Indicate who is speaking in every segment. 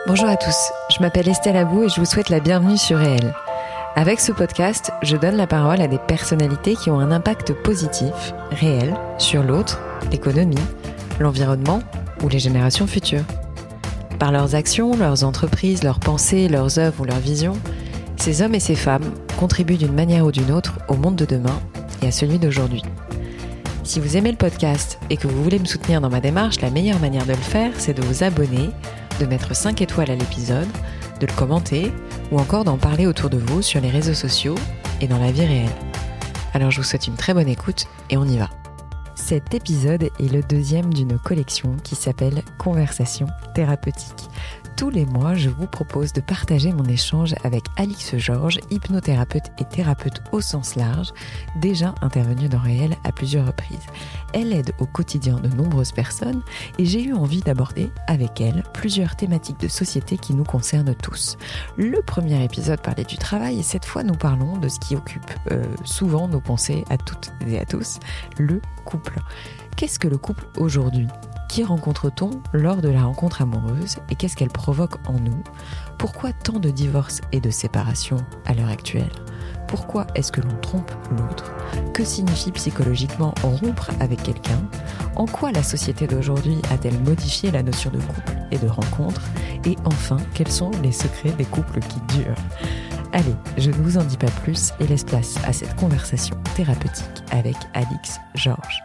Speaker 1: Bonjour à tous, je m'appelle Estelle Abou et je vous souhaite la bienvenue sur Réel. Avec ce podcast, je donne la parole à des personnalités qui ont un impact positif, réel, sur l'autre, l'économie, l'environnement ou les générations futures. Par leurs actions, leurs entreprises, leurs pensées, leurs œuvres ou leurs visions, ces hommes et ces femmes contribuent d'une manière ou d'une autre au monde de demain et à celui d'aujourd'hui. Si vous aimez le podcast et que vous voulez me soutenir dans ma démarche, la meilleure manière de le faire, c'est de vous abonner, de mettre 5 étoiles à l'épisode, de le commenter ou encore d'en parler autour de vous sur les réseaux sociaux et dans la vie réelle. Alors je vous souhaite une très bonne écoute et on y va. Cet épisode est le deuxième d'une collection qui s'appelle Conversations thérapeutiques. Tous les mois, je vous propose de partager mon échange avec Alix Georges, hypnothérapeute et thérapeute au sens large, déjà intervenue dans Réel à plusieurs reprises. Elle aide au quotidien de nombreuses personnes et j'ai eu envie d'aborder avec elle plusieurs thématiques de société qui nous concernent tous. Le premier épisode parlait du travail et cette fois nous parlons de ce qui occupe souvent nos pensées à toutes et à tous, le couple. Qu'est-ce que le couple aujourd'hui ? Qui rencontre-t-on lors de la rencontre amoureuse et qu'est-ce qu'elle provoque en nous ? Pourquoi tant de divorces et de séparations à l'heure actuelle ? Pourquoi est-ce que l'on trompe l'autre ? Que signifie psychologiquement rompre avec quelqu'un ? En quoi la société d'aujourd'hui a-t-elle modifié la notion de couple et de rencontre ? Et enfin, quels sont les secrets des couples qui durent ? Allez, je ne vous en dis pas plus et laisse place à cette conversation thérapeutique avec Alix Georges.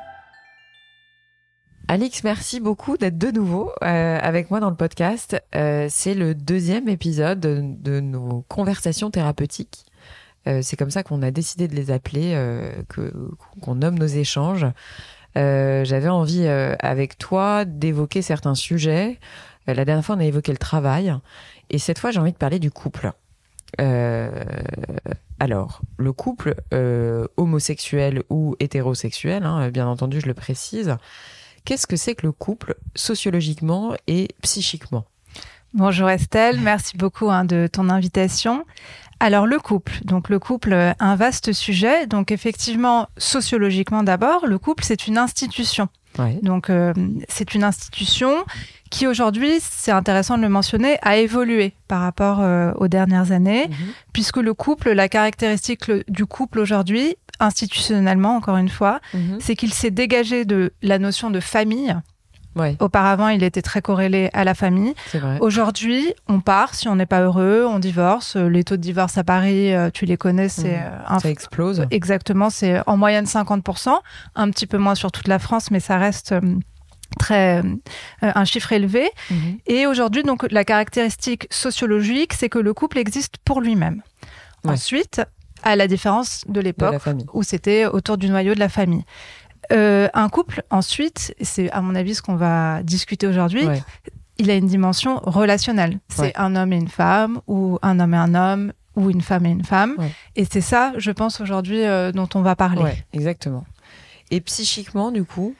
Speaker 1: Alix, merci beaucoup d'être de nouveau avec moi dans le podcast. C'est le deuxième épisode de nos conversations thérapeutiques. C'est comme ça qu'on a décidé de les appeler, qu'on nomme nos échanges. J'avais envie avec toi d'évoquer certains sujets. La dernière fois, on a évoqué le travail. Et cette fois, j'ai envie de parler du couple. Alors, le couple homosexuel ou hétérosexuel, hein, bien entendu, je le précise. Qu'est-ce que c'est que le couple sociologiquement et psychiquement ?
Speaker 2: Bonjour Estelle, merci beaucoup de ton invitation. Alors le couple, un vaste sujet. Donc effectivement, sociologiquement d'abord, le couple c'est une institution. Ouais. Donc c'est une institution qui aujourd'hui, c'est intéressant de le mentionner, a évolué par rapport aux dernières années, puisque le couple, la caractéristique du couple aujourd'hui, institutionnellement encore une fois, c'est qu'il s'est dégagé de la notion de famille. Ouais. Auparavant, il était très corrélé à la famille.
Speaker 1: C'est vrai.
Speaker 2: Aujourd'hui, on part, si on n'est pas heureux, on divorce. Les taux de divorce à Paris, tu les connais, c'est...
Speaker 1: Ça explose.
Speaker 2: Exactement, c'est en moyenne 50%, un petit peu moins sur toute la France, mais ça reste un chiffre élevé. Et aujourd'hui, donc, la caractéristique sociologique, c'est que le couple existe pour lui-même. Ouais. Ensuite, à la différence de l'époque où c'était autour du noyau de la famille. Un couple, ensuite, c'est à mon avis ce qu'on va discuter aujourd'hui, il a une dimension relationnelle. C'est un homme et une femme, ou un homme et un homme, ou une femme et une femme. Ouais. Et c'est ça, je pense, aujourd'hui, dont on va parler.
Speaker 1: Ouais, exactement. Et psychiquement, du coup,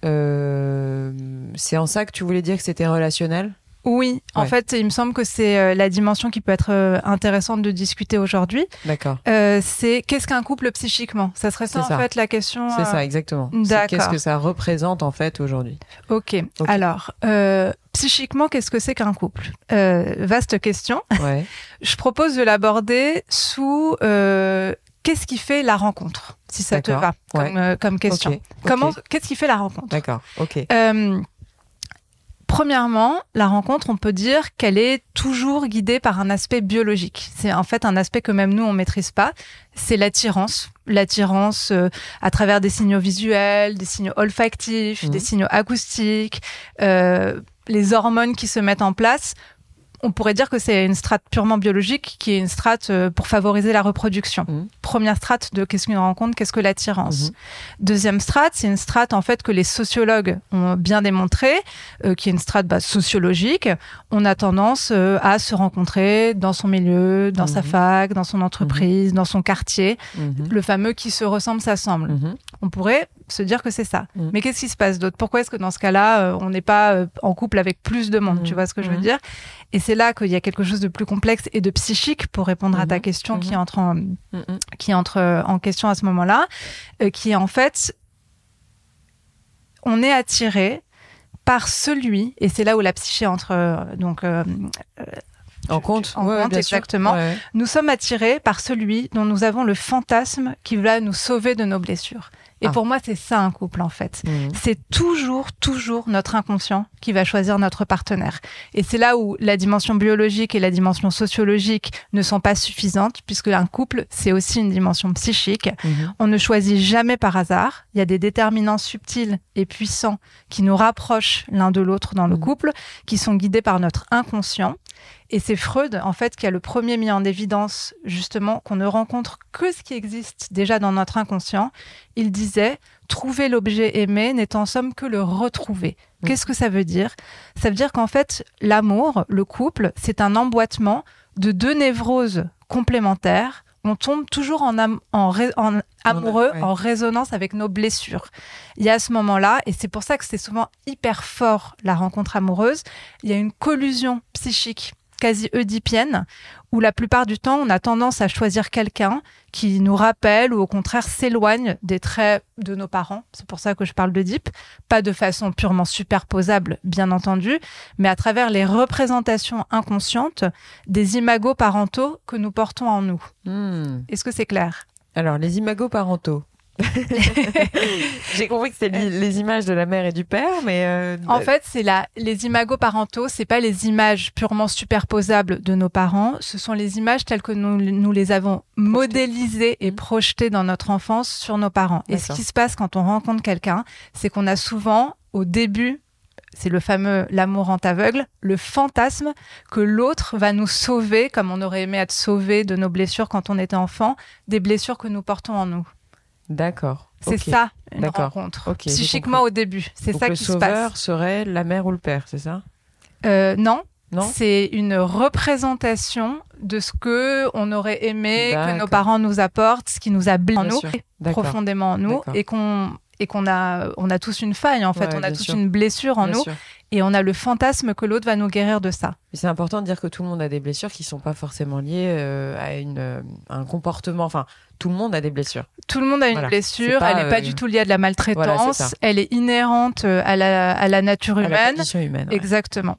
Speaker 1: c'est en ça que tu voulais dire que c'était relationnel ?
Speaker 2: Oui, en fait, il me semble que c'est la dimension qui peut être intéressante de discuter aujourd'hui.
Speaker 1: D'accord.
Speaker 2: C'est qu'est-ce qu'un couple psychiquement ? Ça serait ça, en fait, la question.
Speaker 1: C'est ça, exactement.
Speaker 2: D'accord.
Speaker 1: Qu'est-ce que ça représente, en fait, aujourd'hui ?
Speaker 2: Ok. Alors, psychiquement, qu'est-ce que c'est qu'un couple ? Vaste question. Ouais. Je propose de l'aborder sous qu'est-ce qui fait la rencontre, si ça te va, comme question. Okay. Qu'est-ce qui fait la rencontre ?
Speaker 1: D'accord, ok.
Speaker 2: Premièrement, la rencontre, on peut dire qu'elle est toujours guidée par un aspect biologique. C'est en fait un aspect que même nous, on maîtrise pas. C'est l'attirance. L'attirance à travers des signaux visuels, des signaux olfactifs, des signaux acoustiques, les hormones qui se mettent en place. On pourrait dire que c'est une strate purement biologique qui est une strate pour favoriser la reproduction. Première strate de qu'est-ce qu'une rencontre, qu'est-ce que l'attirance. Deuxième strate, c'est une strate en fait que les sociologues ont bien démontré, qui est une strate sociologique. On a tendance à se rencontrer dans son milieu, dans sa fac, dans son entreprise, dans son quartier. Le fameux qui se ressemble s'assemble. On pourrait se dire que c'est ça. Mais qu'est-ce qui se passe d'autre ? Pourquoi est-ce que dans ce cas-là, on n'est pas en couple avec plus de monde ? Tu vois ce que je veux dire ? Et c'est là qu'il y a quelque chose de plus complexe et de psychique pour répondre à ta question qui entre en question à ce moment-là, qui est en fait, on est attiré par celui, et c'est là où la psyché entre
Speaker 1: en compte,
Speaker 2: exactement.
Speaker 1: Ouais.
Speaker 2: Nous sommes attirés par celui dont nous avons le fantasme qui va nous sauver de nos blessures. Et pour moi, c'est ça un couple, en fait. C'est toujours notre inconscient qui va choisir notre partenaire. Et c'est là où la dimension biologique et la dimension sociologique ne sont pas suffisantes, puisque un couple, c'est aussi une dimension psychique. On ne choisit jamais par hasard. Il y a des déterminants subtils et puissants qui nous rapprochent l'un de l'autre dans le couple, qui sont guidés par notre inconscient. Et c'est Freud, en fait, qui a le premier mis en évidence, justement, qu'on ne rencontre que ce qui existe déjà dans notre inconscient. Il disait « Trouver l'objet aimé n'est en somme que le retrouver ». Qu'est-ce que ça veut dire ? Ça veut dire qu'en fait, l'amour, le couple, c'est un emboîtement de deux névroses complémentaires. On tombe toujours en amoureux, en résonance avec nos blessures. Il y a à ce moment-là, et c'est pour ça que c'est souvent hyper fort, la rencontre amoureuse, il y a une collusion psychique quasi oedipienne, où la plupart du temps, on a tendance à choisir quelqu'un qui nous rappelle ou au contraire s'éloigne des traits de nos parents. C'est pour ça que je parle d'Oedipe. Pas de façon purement superposable, bien entendu, mais à travers les représentations inconscientes des imagos parentaux que nous portons en nous. Est-ce que c'est clair ?
Speaker 1: Alors, les imagos parentaux. J'ai compris que c'était les images de la mère et du père, mais
Speaker 2: en fait, les imagos parentaux, c'est pas les images purement superposables de nos parents, ce sont les images telles que nous les avons modélisées et projetées dans notre enfance sur nos parents. D'accord. Et ce qui se passe quand on rencontre quelqu'un, c'est qu'on a souvent, au début, c'est le fameux l'amour rend aveugle, le fantasme que l'autre va nous sauver, comme on aurait aimé être sauvé de nos blessures quand on était enfant, des blessures que nous portons en nous.
Speaker 1: D'accord.
Speaker 2: C'est ça, une rencontre. Psychiquement au début, c'est ça qui se passe.
Speaker 1: Le sauveur serait la mère ou le père, c'est ça ?
Speaker 2: Non, c'est une représentation de ce que on aurait aimé que nos parents nous apportent, ce qui nous a blessé en nous, profondément en nous, et qu'on a tous une faille, en fait. On a tous une blessure en nous. Et on a le fantasme que l'autre va nous guérir de ça.
Speaker 1: Mais c'est important de dire que tout le monde a des blessures qui ne sont pas forcément liées à un comportement. Enfin, tout le monde a des blessures.
Speaker 2: Tout le monde a une blessure. Elle n'est pas du tout liée à de la maltraitance. Elle est inhérente à la nature humaine. À la
Speaker 1: condition humaine.
Speaker 2: Exactement.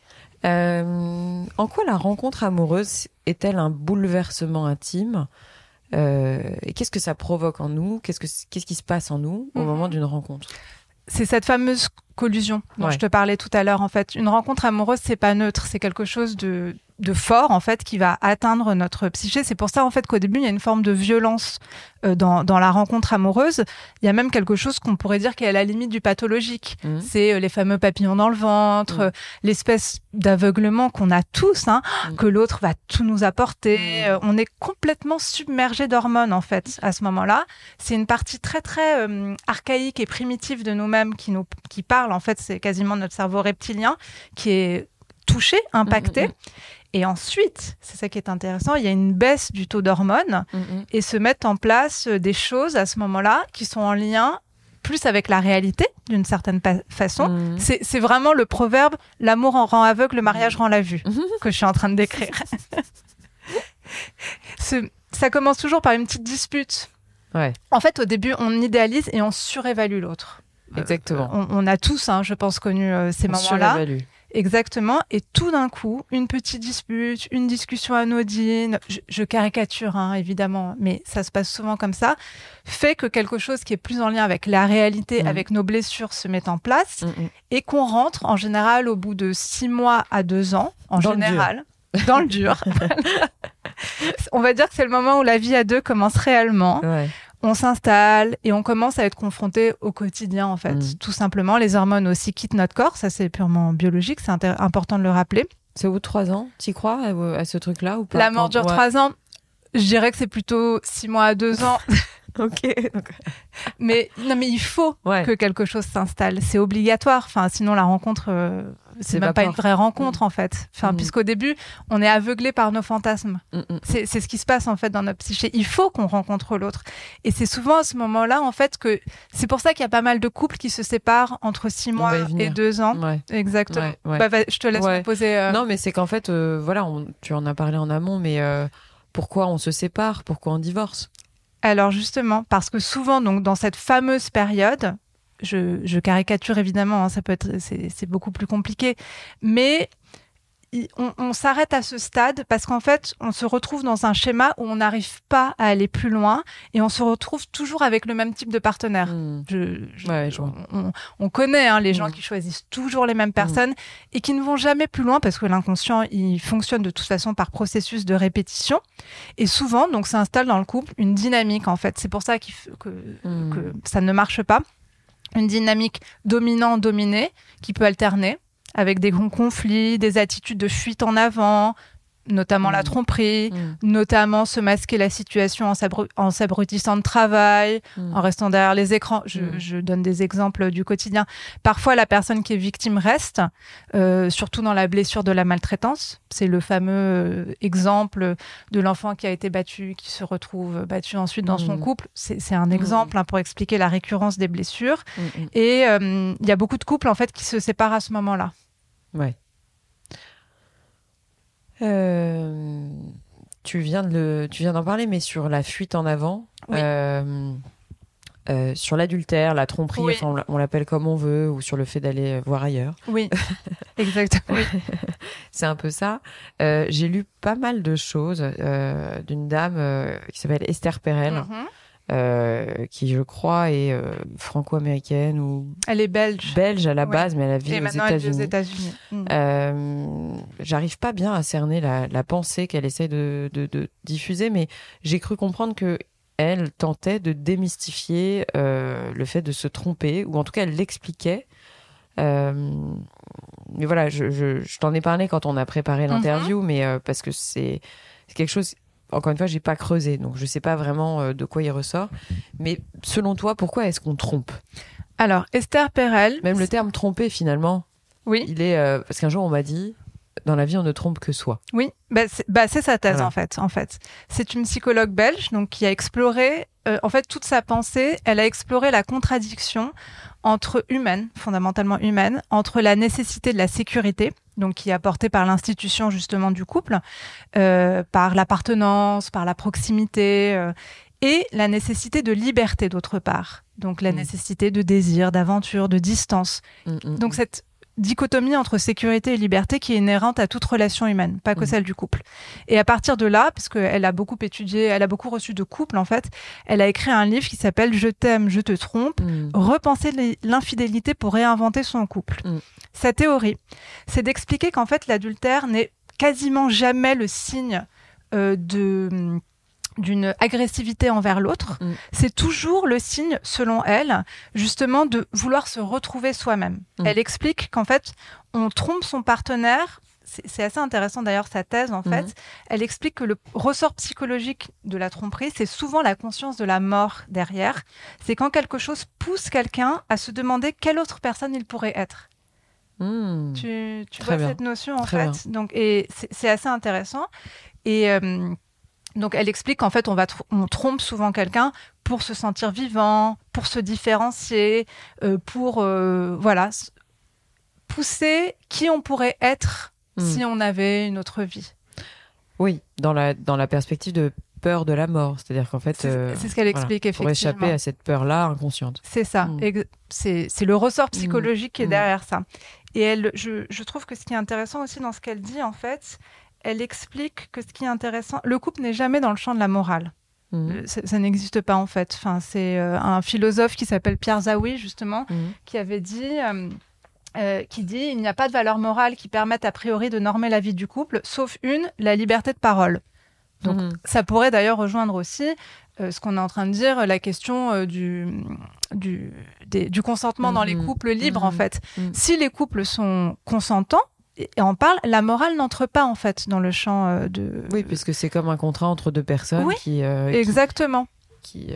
Speaker 1: En quoi la rencontre amoureuse est-elle un bouleversement intime ? Et qu'est-ce que ça provoque en nous ? Qu'est-ce qui se passe en nous au moment d'une rencontre ?
Speaker 2: C'est cette fameuse collusion dont je te parlais tout à l'heure, en fait. Une rencontre amoureuse, c'est pas neutre, c'est quelque chose de fort, en fait, qui va atteindre notre psyché. C'est pour ça, en fait, qu'au début, il y a une forme de violence dans la rencontre amoureuse. Il y a même quelque chose qu'on pourrait dire qui est à la limite du pathologique. C'est les fameux papillons dans le ventre, l'espèce d'aveuglement qu'on a tous, que l'autre va tout nous apporter. On est complètement submergé d'hormones, en fait, à ce moment-là. C'est une partie très, très archaïque et primitive de nous-mêmes qui parle, en fait, c'est quasiment notre cerveau reptilien qui est touché, impacté. Et ensuite, c'est ça qui est intéressant, il y a une baisse du taux d'hormones et se mettent en place des choses à ce moment-là qui sont en lien plus avec la réalité, d'une certaine façon. C'est vraiment le proverbe « l'amour en rend aveugle, le mariage rend la vue » que je suis en train de décrire. Ça commence toujours par une petite dispute. En fait, au début, on idéalise et on surévalue l'autre.
Speaker 1: Exactement.
Speaker 2: On a tous, je pense, connu ces moments-là. Exactement. Et tout d'un coup, une petite dispute, une discussion anodine, je caricature, évidemment, mais ça se passe souvent comme ça, fait que quelque chose qui est plus en lien avec la réalité, avec nos blessures, se met en place et qu'on rentre, en général, au bout de 6 mois à 2 ans, dans le dur. On va dire que c'est le moment où la vie à deux commence réellement. On s'installe et on commence à être confronté au quotidien, en fait. Tout simplement, les hormones aussi quittent notre corps. Ça, c'est purement biologique. C'est important de le rappeler.
Speaker 1: C'est au bout de 3 ans. T'y crois à ce truc-là ou pas ?
Speaker 2: La mort dure 3 ans. Je dirais que c'est plutôt 6 mois à 2 ans.
Speaker 1: Ok. Mais
Speaker 2: il faut que quelque chose s'installe. C'est obligatoire. Enfin, sinon, la rencontre, c'est même pas une vraie rencontre, en fait. Enfin, puisqu'au début, on est aveuglé par nos fantasmes. C'est ce qui se passe, en fait, dans notre psyché. Il faut qu'on rencontre l'autre. Et c'est souvent à ce moment-là, en fait, que c'est pour ça qu'il y a pas mal de couples qui se séparent entre 6 mois et 2 ans. Exactement. Je te laisse poser.
Speaker 1: Non, mais c'est qu'en fait, tu en as parlé en amont, mais pourquoi on se sépare ? Pourquoi on divorce ?
Speaker 2: Alors justement, parce que souvent, donc, dans cette fameuse période, je caricature évidemment, hein, c'est beaucoup plus compliqué, mais on s'arrête à ce stade parce qu'en fait, on se retrouve dans un schéma où on n'arrive pas à aller plus loin et on se retrouve toujours avec le même type de partenaire. On connaît les gens qui choisissent toujours les mêmes personnes et qui ne vont jamais plus loin parce que l'inconscient, il fonctionne de toute façon par processus de répétition. Et souvent, donc, s'installe dans le couple une dynamique, en fait. C'est pour ça que ça ne marche pas. Une dynamique dominant-dominé qui peut alterner, avec des conflits, des attitudes de fuite en avant, notamment la tromperie, notamment se masquer la situation en s'abrutissant de travail, en restant derrière les écrans. Je donne des exemples du quotidien. Parfois, la personne qui est victime reste, surtout dans la blessure de la maltraitance. C'est le fameux exemple de l'enfant qui a été battu, qui se retrouve battu ensuite dans son couple. C'est un exemple pour expliquer la récurrence des blessures. Et il y a beaucoup de couples en fait qui se séparent à ce moment-là.
Speaker 1: Ouais. Tu viens d'en parler, mais sur la fuite en avant, sur l'adultère, la tromperie, enfin, on l'appelle comme on veut, ou sur le fait d'aller voir ailleurs.
Speaker 2: Oui, exactement.
Speaker 1: C'est un peu ça. J'ai lu pas mal de choses d'une dame qui s'appelle Esther Perel. Qui je crois est franco-américaine ou
Speaker 2: elle est belge
Speaker 1: à la base, mais elle a vécu aux
Speaker 2: États-Unis.
Speaker 1: J'arrive pas bien à cerner la pensée qu'elle essaie de diffuser, mais j'ai cru comprendre que elle tentait de démystifier le fait de se tromper, ou en tout cas elle l'expliquait. Mais voilà, je t'en ai parlé quand on a préparé l'interview, mais parce que c'est quelque chose. Encore une fois, j'ai pas creusé, donc je sais pas vraiment de quoi il ressort. Mais selon toi, pourquoi est-ce qu'on trompe ?
Speaker 2: Alors, Esther Perel...
Speaker 1: Même le terme tromper, finalement, il est... parce qu'un jour, on m'a dit, dans la vie, on ne trompe que soi.
Speaker 2: Oui, c'est sa thèse, voilà. en fait. C'est une psychologue belge donc, qui a exploré... en fait, toute sa pensée, elle a exploré la contradiction fondamentalement humaine, entre la nécessité de la sécurité, donc qui est apportée par l'institution justement du couple, par l'appartenance, par la proximité, et la nécessité de liberté d'autre part. Donc la nécessité de désir, d'aventure, de distance. Donc cette dichotomie entre sécurité et liberté qui est inhérente à toute relation humaine, pas que celle du couple. Et à partir de là, parce qu'elle a beaucoup étudié, elle a beaucoup reçu de couples en fait, elle a écrit un livre qui s'appelle « Je t'aime, je te trompe », repenser l'infidélité pour réinventer son couple. Sa théorie, c'est d'expliquer qu'en fait l'adultère n'est quasiment jamais le signe d'une agressivité envers l'autre, c'est toujours le signe, selon elle, justement de vouloir se retrouver soi-même. Elle explique qu'en fait, on trompe son partenaire. C'est assez intéressant d'ailleurs sa thèse en fait. Elle explique que le ressort psychologique de la tromperie, c'est souvent la conscience de la mort derrière. C'est quand quelque chose pousse quelqu'un à se demander quelle autre personne il pourrait être. Tu vois cette notion en fait. Donc, et c'est assez intéressant. Et donc, elle explique qu'en fait, on trompe souvent quelqu'un pour se sentir vivant, pour se différencier, pour pousser qui on pourrait être si on avait une autre vie.
Speaker 1: Oui, dans la perspective de peur de la mort. C'est-à-dire qu'en fait...
Speaker 2: c'est ce qu'elle explique, effectivement.
Speaker 1: Pour échapper à cette peur-là inconsciente.
Speaker 2: C'est ça. C'est le ressort psychologique qui est derrière ça. Et je trouve que ce qui est intéressant aussi dans ce qu'elle dit, en fait... Elle explique que ce qui est intéressant, le couple n'est jamais dans le champ de la morale. Ça n'existe pas en fait. Enfin, c'est un philosophe qui s'appelle Pierre Zawi justement qui avait dit, il n'y a pas de valeur morale qui permette a priori de normer la vie du couple, sauf la liberté de parole. Donc, ça pourrait d'ailleurs rejoindre aussi ce qu'on est en train de dire, la question du consentement dans les couples libres en fait. Si les couples sont consentants, et on parle, la morale n'entre pas en fait dans le champ de...
Speaker 1: Oui, puisque c'est comme un contrat entre deux personnes
Speaker 2: exactement.
Speaker 1: Qui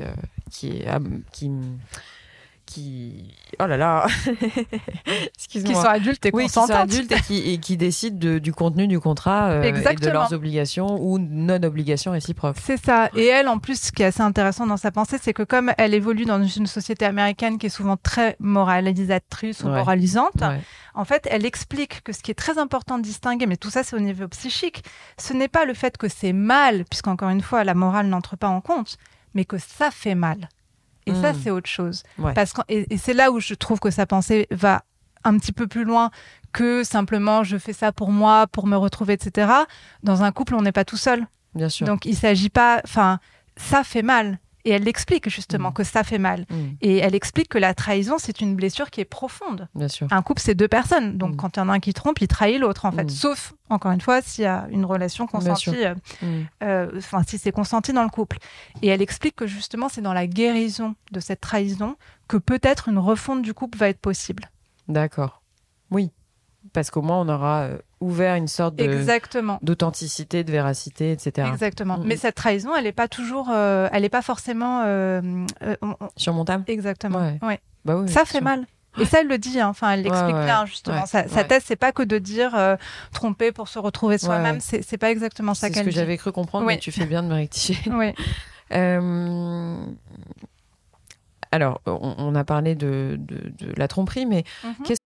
Speaker 1: oh là là excuse-moi.
Speaker 2: Qui sont adultes et consentantes.
Speaker 1: Qui sont adultes et qui décident du contenu du contrat et de leurs obligations ou non-obligations réciproques.
Speaker 2: C'est ça. Et elle, en plus, ce qui est assez intéressant dans sa pensée, c'est que comme elle évolue dans une société américaine qui est souvent très moralisatrice ou moralisante, en fait, elle explique que ce qui est très important de distinguer, mais tout ça, c'est au niveau psychique, ce n'est pas le fait que c'est mal, puisqu'encore une fois, la morale n'entre pas en compte, mais que ça fait mal. Et ça, c'est autre chose.
Speaker 1: Ouais.
Speaker 2: Et c'est là où je trouve que sa pensée va un petit peu plus loin que simplement je fais ça pour moi, pour me retrouver, etc. Dans un couple, on n'est pas tout seul.
Speaker 1: Bien sûr.
Speaker 2: Donc, il ne s'agit pas... Enfin, ça fait mal. Et elle explique justement que ça fait mal. Et elle explique que la trahison, c'est une blessure qui est profonde.
Speaker 1: Bien sûr.
Speaker 2: Un couple, c'est 2 personnes. Donc, quand il y en a un qui trompe, il trahit l'autre, en fait. Sauf, encore une fois, s'il y a une relation consentie, si c'est consenti dans le couple. Et elle explique que justement, c'est dans la guérison de cette trahison que peut-être une refonte du couple va être possible.
Speaker 1: D'accord. Oui. Parce qu'au moins, on aura ouvert une sorte d'authenticité, de véracité, etc.
Speaker 2: Exactement. Mais cette trahison, elle n'est pas toujours... elle n'est pas forcément...
Speaker 1: surmontable.
Speaker 2: Exactement.
Speaker 1: Ouais. Bah oui,
Speaker 2: ça fait mal. Et ça, elle le dit. Enfin, elle l'explique bien, justement. Sa thèse, c'est pas que de dire tromper pour se retrouver soi-même. C'est pas exactement ça qu'elle dit.
Speaker 1: C'est ce que j'avais cru comprendre, mais tu fais bien de me rectifier.
Speaker 2: Oui.
Speaker 1: Alors, on a parlé de la tromperie, mais qu'est-ce...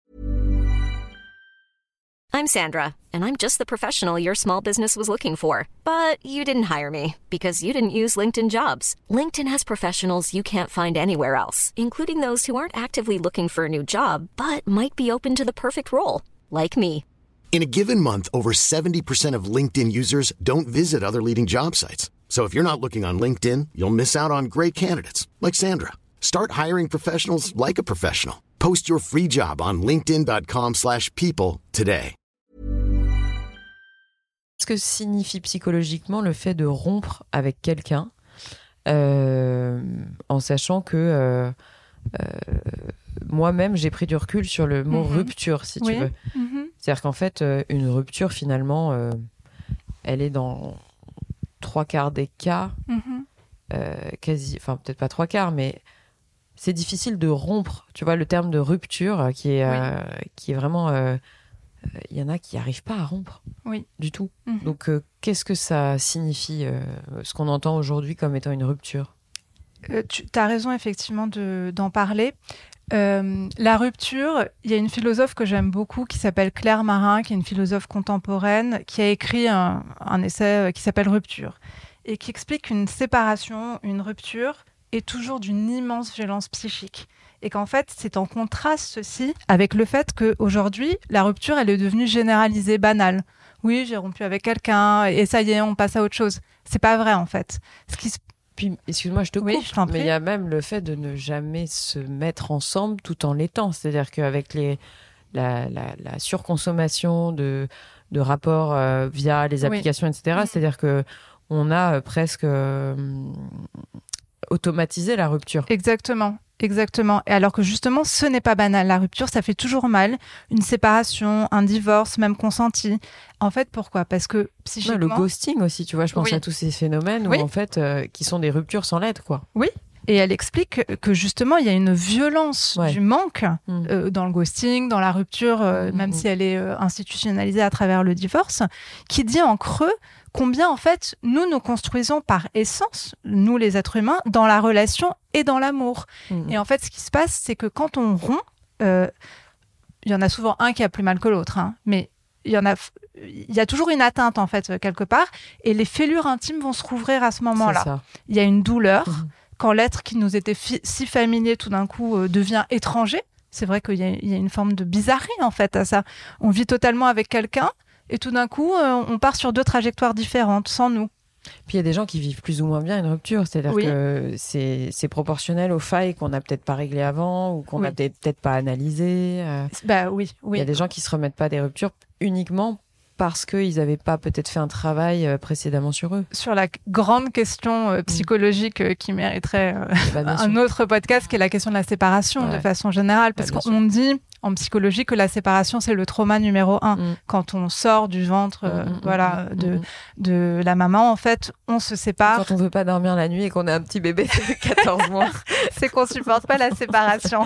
Speaker 3: I'm Sandra, and I'm just the professional your small business was looking for. But you didn't hire me because you didn't use LinkedIn Jobs. LinkedIn has professionals you can't find anywhere else, including those who aren't actively looking for a new job, but might be open to the perfect role, like me.
Speaker 4: In a given month, over 70% of LinkedIn users don't visit other leading job sites. So if you're not looking on LinkedIn, you'll miss out on great candidates, like Sandra. Start hiring professionals like a professional. Post your free job on linkedin.com/people today.
Speaker 1: Qu'est-ce que signifie psychologiquement le fait de rompre avec quelqu'un en sachant que moi-même, j'ai pris du recul sur le mot rupture, si tu veux. C'est-à-dire qu'en fait, une rupture, finalement, elle est dans 3/4 des cas, enfin peut-être pas 3/4, mais c'est difficile de rompre. Tu vois, le terme de rupture qui est vraiment... il y en a qui n'arrivent pas à rompre du tout. Donc, qu'est-ce que ça signifie, ce qu'on entend aujourd'hui comme étant une rupture ?
Speaker 2: Tu as raison, effectivement, d'en parler. La rupture, il y a une philosophe que j'aime beaucoup qui s'appelle Claire Marin, qui est une philosophe contemporaine, qui a écrit un essai qui s'appelle Rupture et qui explique qu'une séparation, une rupture est toujours d'une immense violence psychique. Et qu'en fait, c'est en contraste ceci avec le fait qu'aujourd'hui, la rupture, elle est devenue généralisée, banale. Oui, j'ai rompu avec quelqu'un et ça y est, on passe à autre chose. C'est pas vrai, en fait.
Speaker 1: Puis, excuse-moi, je te coupe,
Speaker 2: je t'en prie.
Speaker 1: Mais il y a même le fait de ne jamais se mettre ensemble tout en l'étant. C'est-à-dire qu'avec la surconsommation de rapports via les applications, etc., c'est-à-dire qu'on a presque automatisé la rupture.
Speaker 2: Exactement. Et alors que justement, ce n'est pas banal. La rupture, ça fait toujours mal. Une séparation, un divorce, même consenti. En fait, pourquoi ? Parce que psychiquement...
Speaker 1: Le ghosting aussi, tu vois, je pense à tous ces phénomènes où, en fait, qui sont des ruptures sans lettres, quoi.
Speaker 2: Oui. Et elle explique que justement, il y a une violence du manque dans le ghosting, dans la rupture, même si elle est institutionnalisée à travers le divorce, qui dit en creux combien, en fait, nous construisons par essence, nous les êtres humains, dans la relation et dans l'amour. Et en fait, ce qui se passe, c'est que quand on rompt, il y en a souvent un qui a plus mal que l'autre, mais il y a toujours une atteinte, en fait, quelque part, et les fêlures intimes vont se rouvrir à ce moment-là. Il y a une douleur. Quand l'être qui nous était si familier, tout d'un coup, devient étranger, c'est vrai qu'il y a une forme de bizarrerie, en fait, à ça. On vit totalement avec quelqu'un, et tout d'un coup, on part sur 2 trajectoires différentes, sans nous.
Speaker 1: Puis il y a des gens qui vivent plus ou moins bien une rupture, c'est-à-dire que c'est proportionnel aux failles qu'on n'a peut-être pas réglées avant, ou qu'on n'a peut-être pas analysées.
Speaker 2: Oui.
Speaker 1: Il y a des gens qui se remettent pas des ruptures uniquement parce qu'ils n'avaient pas peut-être fait un travail précédemment sur eux.
Speaker 2: Sur la grande question psychologique qui mériterait un autre podcast, qui est la question de la séparation de façon générale. Parce qu'on dit en psychologie que la séparation, c'est le trauma numéro 1. Quand on sort du ventre de la maman, en fait, on se sépare.
Speaker 1: Quand on ne veut pas dormir la nuit et qu'on a un petit bébé de 14 mois.
Speaker 2: C'est qu'on ne supporte pas la séparation.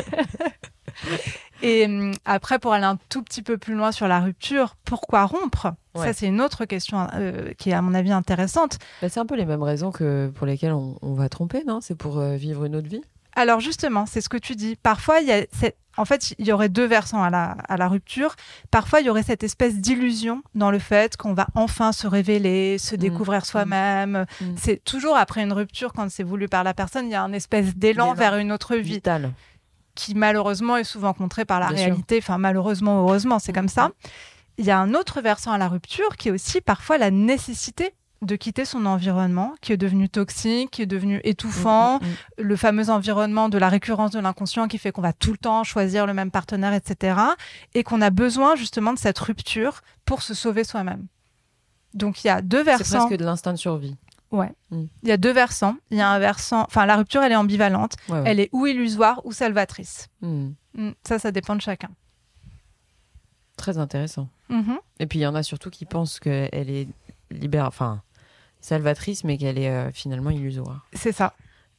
Speaker 2: Et après, pour aller un tout petit peu plus loin sur la rupture, pourquoi rompre ? Ça, c'est une autre question qui est, à mon avis, intéressante.
Speaker 1: C'est un peu les mêmes raisons que pour lesquelles on va tromper, non ? C'est pour vivre une autre vie ?
Speaker 2: Alors justement, c'est ce que tu dis. Parfois, en fait, il y aurait deux versants à la rupture. Parfois, il y aurait cette espèce d'illusion dans le fait qu'on va enfin se révéler, se découvrir soi-même. C'est toujours après une rupture, quand c'est voulu par la personne, il y a un espèce d'élan vers une autre vie.
Speaker 1: Vital.
Speaker 2: Qui malheureusement est souvent contrée par la
Speaker 1: Bien
Speaker 2: réalité. Enfin, malheureusement, heureusement, c'est comme ça. Il y a un autre versant à la rupture qui est aussi parfois la nécessité de quitter son environnement qui est devenu toxique, qui est devenu étouffant, le fameux environnement de la récurrence de l'inconscient qui fait qu'on va tout le temps choisir le même partenaire, etc. Et qu'on a besoin justement de cette rupture pour se sauver soi-même. Donc il y a deux versants.
Speaker 1: C'est presque de l'instinct de survie.
Speaker 2: Ouais. Il y a deux versants. Il y a un versant... Enfin, la rupture, elle est ambivalente. Ouais. Elle est ou illusoire ou salvatrice. Ça dépend de chacun.
Speaker 1: Très intéressant. Et puis il y en a surtout qui pensent qu'elle est salvatrice, mais qu'elle est finalement illusoire.
Speaker 2: C'est ça.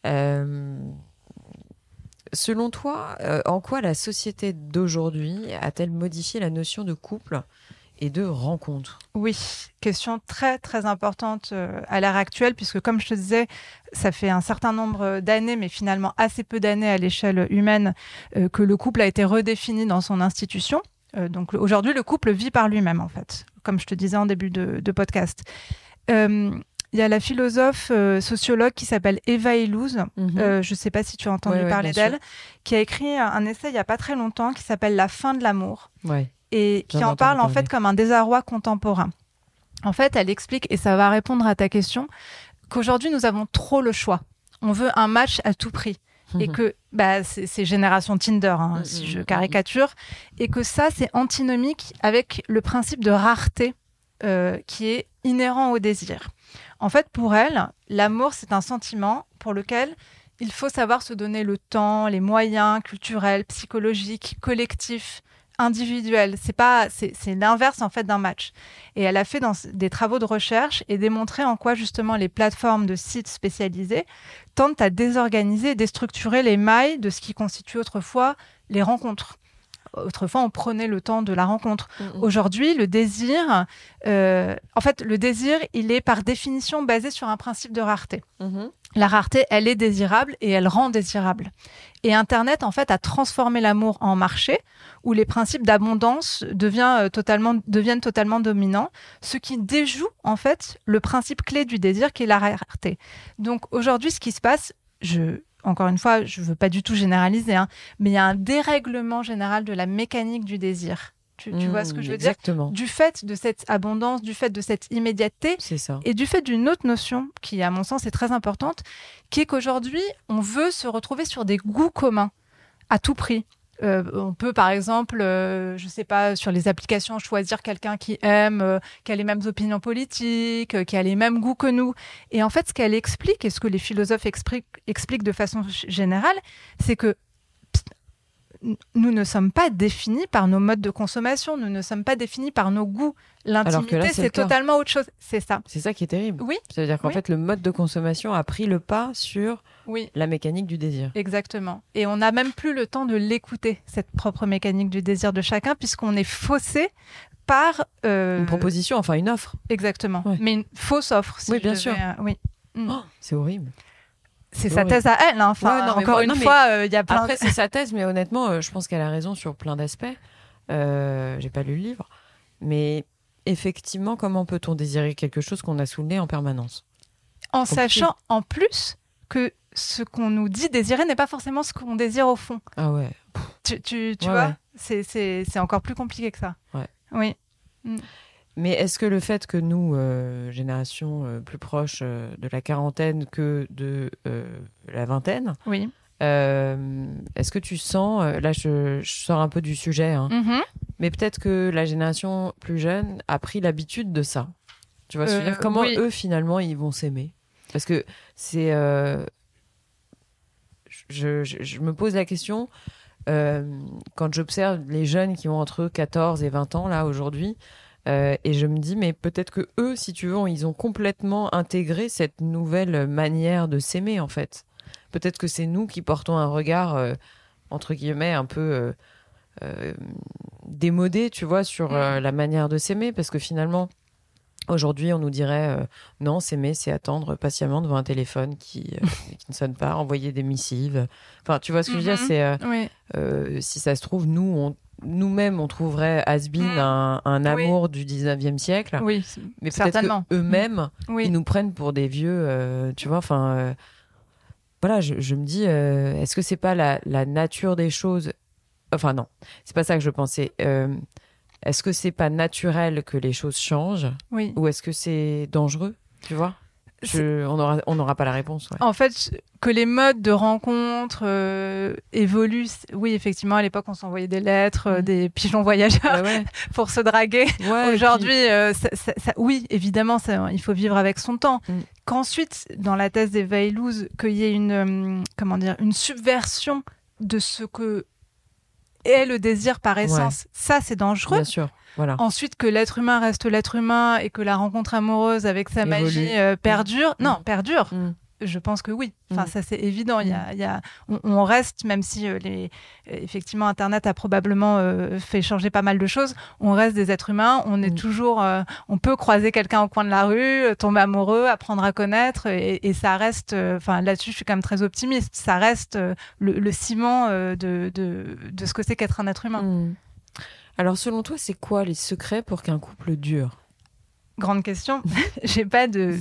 Speaker 1: Selon toi, en quoi la société d'aujourd'hui a-t-elle modifié la notion de couple et de rencontre ?
Speaker 2: Oui, question très très importante à l'heure actuelle, puisque comme je te disais, ça fait un certain nombre d'années, mais finalement assez peu d'années à l'échelle humaine, que le couple a été redéfini dans son institution. Donc aujourd'hui, le couple vit par lui-même, en fait, comme je te disais en début de podcast. Il y a la philosophe sociologue qui s'appelle Eva Illouz, je ne sais pas si tu as entendu parler d'elle, qui a écrit un essai il n'y a pas très longtemps qui s'appelle « La fin de l'amour ». Et qui en parle en fait comme un désarroi contemporain. En fait, elle explique, et ça va répondre à ta question, qu'aujourd'hui, nous avons trop le choix. On veut un match à tout prix. Et que c'est génération Tinder, si je caricature. Et que ça, c'est antinomique avec le principe de rareté qui est inhérent au désir. En fait, pour elle, l'amour, c'est un sentiment pour lequel il faut savoir se donner le temps, les moyens culturels, psychologiques, collectifs, individuel. C'est l'inverse en fait d'un match. Et elle a fait des travaux de recherche et démontré en quoi justement les plateformes de sites spécialisés tentent à désorganiser et déstructurer les mailles de ce qui constitue autrefois les rencontres. Autrefois, on prenait le temps de la rencontre. Aujourd'hui, le désir, le désir, il est par définition basé sur un principe de rareté. La rareté, elle est désirable et elle rend désirable. Et Internet, en fait, a transformé l'amour en marché où les principes d'abondance deviennent totalement dominants, ce qui déjoue, en fait, le principe clé du désir qui est la rareté. Donc, aujourd'hui, ce qui se passe, encore une fois, je ne veux pas du tout généraliser, mais il y a un dérèglement général de la mécanique du désir. Tu vois ce que je veux dire ? Du fait de cette abondance, du fait de cette immédiateté,
Speaker 1: c'est ça. Et
Speaker 2: du fait d'une autre notion qui, à mon sens, est très importante, qui est qu'aujourd'hui, on veut se retrouver sur des goûts communs à tout prix. On peut, par exemple, je sais pas, sur les applications, choisir quelqu'un qui aime, qui a les mêmes opinions politiques, qui a les mêmes goûts que nous. Et en fait, ce qu'elle explique, et ce que les philosophes expliquent de façon générale, c'est que nous ne sommes pas définis par nos modes de consommation, nous ne sommes pas définis par nos goûts. L'intimité, c'est totalement autre chose. C'est ça.
Speaker 1: C'est ça qui est terrible.
Speaker 2: Oui.
Speaker 1: Ça veut dire qu'en fait, le mode de consommation a pris le pas sur la mécanique du désir.
Speaker 2: Exactement. Et on n'a même plus le temps de l'écouter, cette propre mécanique du désir de chacun, puisqu'on est faussé par...
Speaker 1: Une proposition, enfin une offre.
Speaker 2: Exactement. Ouais. Mais une fausse offre. Si
Speaker 1: bien sûr. C'est horrible.
Speaker 2: C'est sa thèse à elle. Encore une fois, il y a plein...
Speaker 1: Après, c'est sa thèse, mais honnêtement, je pense qu'elle a raison sur plein d'aspects. J'ai pas lu le livre. Mais effectivement, comment peut-on désirer quelque chose qu'on a sous le nez en permanence ?
Speaker 2: En sachant, en plus, que ce qu'on nous dit désirer n'est pas forcément ce qu'on désire au fond.
Speaker 1: Ah ouais.
Speaker 2: Tu vois, c'est encore plus compliqué que ça.
Speaker 1: Ouais.
Speaker 2: Oui.
Speaker 1: Mais est-ce que le fait que nous, génération plus proche de la quarantaine que de la vingtaine,
Speaker 2: oui.
Speaker 1: Est-ce que tu sens, là je sors un peu du sujet, mais peut-être que la génération plus jeune a pris l'habitude de ça. Tu vois ce que je veux dire ? Comment eux finalement ils vont s'aimer ? Parce que c'est... Je me pose la question, quand j'observe les jeunes qui ont entre 14 et 20 ans là aujourd'hui, et je me dis, mais peut-être que eux, si tu veux, ils ont complètement intégré cette nouvelle manière de s'aimer, en fait. Peut-être que c'est nous qui portons un regard, entre guillemets, un peu démodé, tu vois, sur la manière de s'aimer, parce que finalement, Aujourd'hui, on nous dirait non, s'aimer, c'est attendre patiemment devant un téléphone qui ne sonne pas, envoyer des missives. Enfin, tu vois ce que je veux dire, c'est si ça se trouve, nous-mêmes, on trouverait has-been un amour du 19e siècle.
Speaker 2: Oui,
Speaker 1: mais peut-être qu'eux-mêmes, ils nous prennent pour des vieux, tu vois. Enfin, voilà, je me dis, est-ce que c'est pas la nature des choses? Enfin, non, c'est pas ça que je pensais. Est-ce que c'est pas naturel que les choses changent?
Speaker 2: Oui.
Speaker 1: Ou est-ce que c'est dangereux? Tu vois? On n'aura pas la réponse. Ouais.
Speaker 2: En fait, que les modes de rencontre évoluent. Oui, effectivement, à l'époque, on s'envoyait des lettres, des pigeons voyageurs pour se draguer. Ouais, Aujourd'hui, oui, évidemment, il faut vivre avec son temps. Qu'ensuite, dans la thèse des Veillouz, qu'il y ait une subversion de ce que est le désir par essence, ça c'est dangereux.
Speaker 1: Bien sûr, voilà.
Speaker 2: Ensuite, que l'être humain reste l'être humain et que la rencontre amoureuse avec sa magie perdure. Non, perdure. Je pense que oui. Enfin, ça c'est évident. On reste, même si effectivement Internet a probablement fait changer pas mal de choses. On reste des êtres humains. On est toujours. On peut croiser quelqu'un au coin de la rue, tomber amoureux, apprendre à connaître, et ça reste. Enfin, là-dessus, je suis quand même très optimiste. Ça reste le ciment de ce que c'est qu'être un être humain.
Speaker 1: Alors, selon toi, c'est quoi les secrets pour qu'un couple dure?
Speaker 2: Grande question. J'ai pas de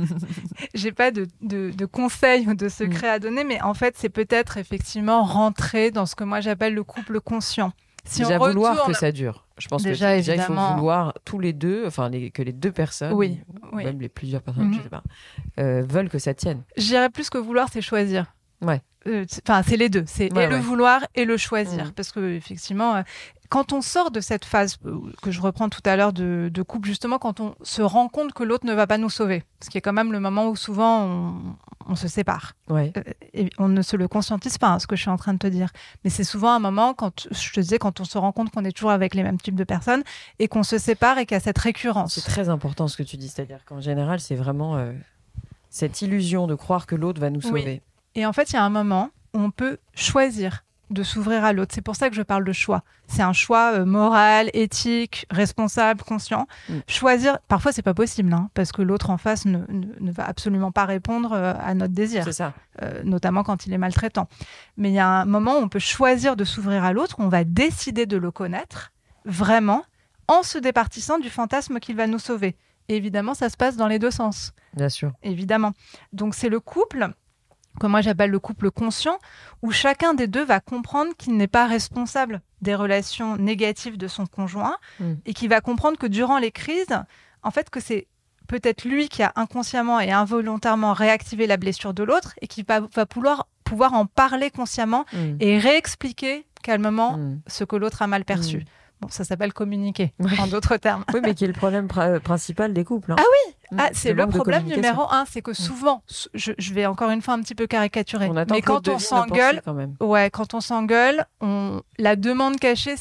Speaker 2: conseils ou de secrets à donner, mais en fait, c'est peut-être effectivement rentrer dans ce que moi j'appelle le couple conscient. Si
Speaker 1: déjà vouloir que ça dure. Je pense
Speaker 2: déjà,
Speaker 1: que déjà, il faut vouloir tous les deux, enfin que les deux personnes, même les plusieurs personnes, je sais pas, veulent que ça tienne.
Speaker 2: Je dirais plus que vouloir, c'est choisir.
Speaker 1: Ouais.
Speaker 2: Enfin, c'est les deux. C'est le vouloir et le choisir. Parce que effectivement, quand on sort de cette phase que je reprends tout à l'heure de couple, justement, quand on se rend compte que l'autre ne va pas nous sauver, ce qui est quand même le moment où souvent on se sépare. Et on ne se le conscientise pas, ce que je suis en train de te dire. Mais c'est souvent un moment, quand on se rend compte qu'on est toujours avec les mêmes types de personnes et qu'on se sépare et qu'il y a cette récurrence.
Speaker 1: C'est très important ce que tu dis. C'est-à-dire qu'en général, c'est vraiment cette illusion de croire que l'autre va nous sauver.
Speaker 2: Oui. Et en fait, il y a un moment où on peut choisir de s'ouvrir à l'autre. C'est pour ça que je parle de choix. C'est un choix moral, éthique, responsable, conscient. Choisir, parfois c'est pas possible, parce que l'autre en face ne va absolument pas répondre à notre désir.
Speaker 1: C'est ça.
Speaker 2: Notamment quand il est maltraitant. Mais il y a un moment où on peut choisir de s'ouvrir à l'autre, où on va décider de le connaître, vraiment, en se départissant du fantasme qu'il va nous sauver. Et évidemment, ça se passe dans les deux sens.
Speaker 1: Bien sûr.
Speaker 2: Évidemment. Donc c'est le couple que moi j'appelle le couple conscient, où chacun des deux va comprendre qu'il n'est pas responsable des relations négatives de son conjoint et qui va comprendre que durant les crises, en fait, que c'est peut-être lui qui a inconsciemment et involontairement réactivé la blessure de l'autre et qui va pouvoir en parler consciemment et réexpliquer calmement ce que l'autre a mal perçu. Bon, ça s'appelle communiquer, en d'autres termes.
Speaker 1: Oui, mais qui est le problème principal des couples.
Speaker 2: Ah oui, c'est le problème numéro 1, c'est que souvent, je vais encore une fois un petit peu caricaturer, mais quand on s'engueule, quand on s'engueule, la demande cachée,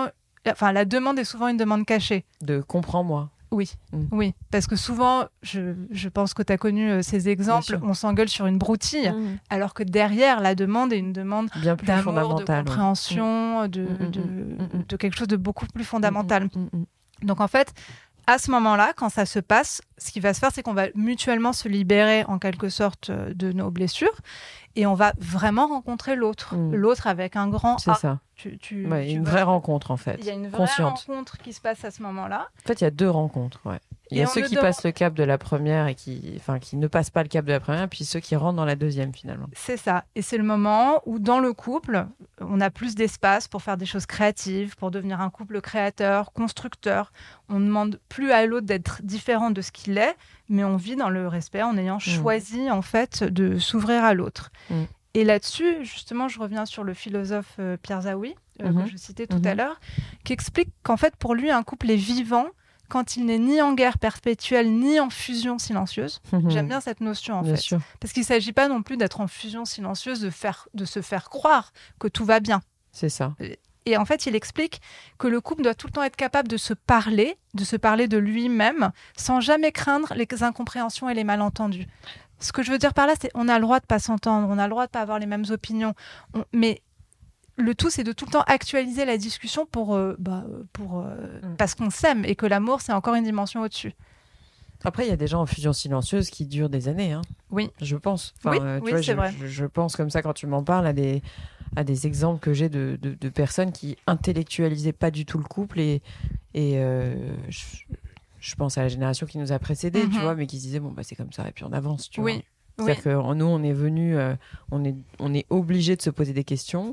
Speaker 2: la demande est souvent une demande cachée.
Speaker 1: De comprends-moi.
Speaker 2: Oui, oui, parce que souvent, je pense que tu as connu ces exemples, on s'engueule sur une broutille, alors que derrière, la demande est une demande
Speaker 1: bien plus
Speaker 2: d'amour, de compréhension, de quelque chose de beaucoup plus fondamental. Donc en fait, à ce moment-là, quand ça se passe, ce qui va se faire, c'est qu'on va mutuellement se libérer en quelque sorte de nos blessures et on va vraiment rencontrer l'autre. L'autre avec un grand A.
Speaker 1: C'est ça. Une vraie rencontre en fait.
Speaker 2: Il y a une vraie rencontre qui se passe à ce moment-là.
Speaker 1: En fait, il y a deux rencontres. Ouais. Il y a ceux qui passent le cap de la première et qui ne passent pas le cap de la première, puis ceux qui rentrent dans la deuxième finalement.
Speaker 2: C'est ça. Et c'est le moment où dans le couple, on a plus d'espace pour faire des choses créatives, pour devenir un couple créateur, constructeur. On ne demande plus à l'autre d'être différent de ce qu'il est, mais on vit dans le respect en ayant choisi en fait de s'ouvrir à l'autre. Et là-dessus, justement, je reviens sur le philosophe Pierre Zaoui, que je citais tout à l'heure, qui explique qu'en fait, pour lui, un couple est vivant quand il n'est ni en guerre perpétuelle, ni en fusion silencieuse. J'aime bien cette notion, en fait. Sûr. Parce qu'il ne s'agit pas non plus d'être en fusion silencieuse, de se faire croire que tout va bien.
Speaker 1: C'est ça.
Speaker 2: Et en fait, il explique que le couple doit tout le temps être capable de se parler de lui-même, sans jamais craindre les incompréhensions et les malentendus. Ce que je veux dire par là, c'est qu'on a le droit de ne pas s'entendre, on a le droit de ne pas avoir les mêmes opinions, mais le tout, c'est de tout le temps actualiser la discussion parce qu'on s'aime et que l'amour, c'est encore une dimension au-dessus.
Speaker 1: Après, il y a des gens en fusion silencieuse qui durent des années, hein.
Speaker 2: Oui.
Speaker 1: Je pense.
Speaker 2: Oui,
Speaker 1: tu vois,
Speaker 2: c'est vrai.
Speaker 1: Je pense comme ça quand tu m'en parles à des exemples que j'ai de personnes qui intellectualisaient pas du tout le couple et je pense à la génération qui nous a précédés, tu vois, mais qui se disaient bon bah c'est comme ça et puis on avance, tu vois. C'est-à-dire que nous on est venus, on est obligés de se poser des questions.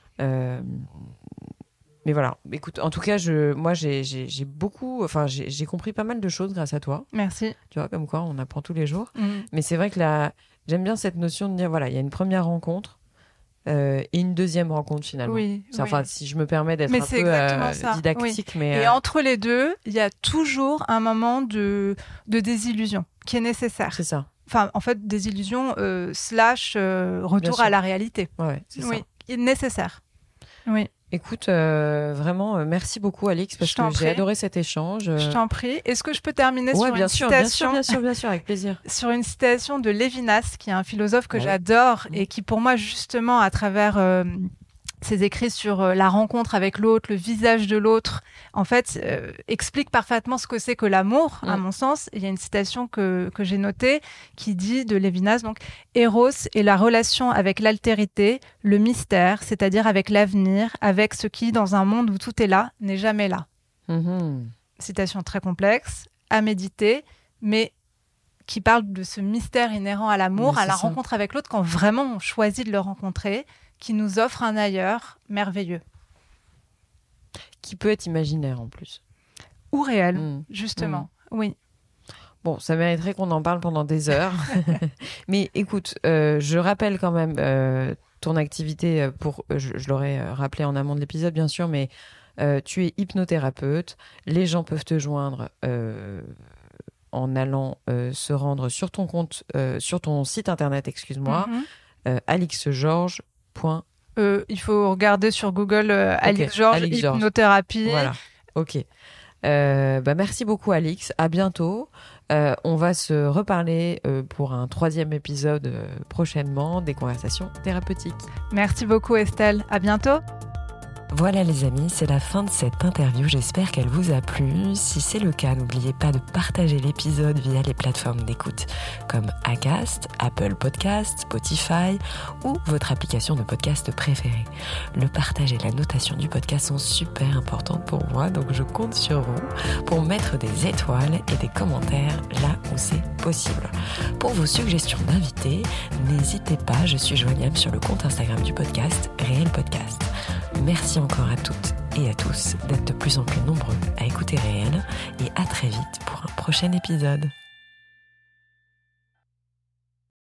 Speaker 1: Mais voilà, écoute, en tout cas, moi j'ai beaucoup, j'ai compris pas mal de choses grâce à toi.
Speaker 2: Merci.
Speaker 1: Tu vois, comme quoi on apprend tous les jours. Mais c'est vrai que j'aime bien cette notion de dire voilà, il y a une première rencontre et une deuxième rencontre finalement. Enfin, si je me permets d'être un peu didactique, mais
Speaker 2: et entre les deux, il y a toujours un moment de désillusion qui est nécessaire.
Speaker 1: C'est ça.
Speaker 2: Enfin, en fait, désillusion slash retour à la réalité.
Speaker 1: Ouais, c'est ça.
Speaker 2: Oui, nécessaire. Oui.
Speaker 1: Écoute, vraiment, merci beaucoup, Alix, parce que j'ai adoré cet échange.
Speaker 2: Je t'en prie. Est-ce que je peux terminer sur une
Speaker 1: citation ? Bien sûr, avec plaisir.
Speaker 2: Sur une citation de Lévinas, qui est un philosophe que j'adore et qui, pour moi, justement, à travers ses écrits sur la rencontre avec l'autre, le visage de l'autre, en fait, explique parfaitement ce que c'est que l'amour, à mon sens. Il y a une citation que j'ai notée qui dit de Lévinas, donc « Eros est la relation avec l'altérité, le mystère, c'est-à-dire avec l'avenir, avec ce qui, dans un monde où tout est là, n'est jamais là. » Citation très complexe, à méditer, mais qui parle de ce mystère inhérent à l'amour, à la rencontre avec l'autre, quand vraiment on choisit de le rencontrer, qui nous offre un ailleurs merveilleux.
Speaker 1: Qui peut être imaginaire en plus.
Speaker 2: Ou réel, justement. Oui.
Speaker 1: Bon, ça mériterait qu'on en parle pendant des heures. Mais écoute, je rappelle quand même ton activité, je l'aurais rappelé en amont de l'épisode bien sûr, mais tu es hypnothérapeute. Les gens peuvent te joindre en allant se rendre sur ton compte, sur ton site internet, alixgeorges.
Speaker 2: Il faut regarder sur Google Alix Georges, hypnothérapie.
Speaker 1: Voilà, ok. Merci beaucoup, Alix. À bientôt. On va se reparler pour un 3e épisode prochainement des conversations thérapeutiques.
Speaker 2: Merci beaucoup, Estelle. À bientôt.
Speaker 1: Voilà les amis, c'est la fin de cette interview, j'espère qu'elle vous a plu. Si c'est le cas, n'oubliez pas de partager l'épisode via les plateformes d'écoute comme Acast, Apple Podcasts, Spotify ou votre application de podcast préférée. Le partage et la notation du podcast sont super importantes pour moi, donc je compte sur vous pour mettre des étoiles et des commentaires là où c'est possible. Pour vos suggestions d'invités, n'hésitez pas, je suis joignable sur le compte Instagram du podcast, Réel Podcast. Merci encore à toutes et à tous d'être de plus en plus nombreux à écouter Réel et à très vite pour un prochain épisode.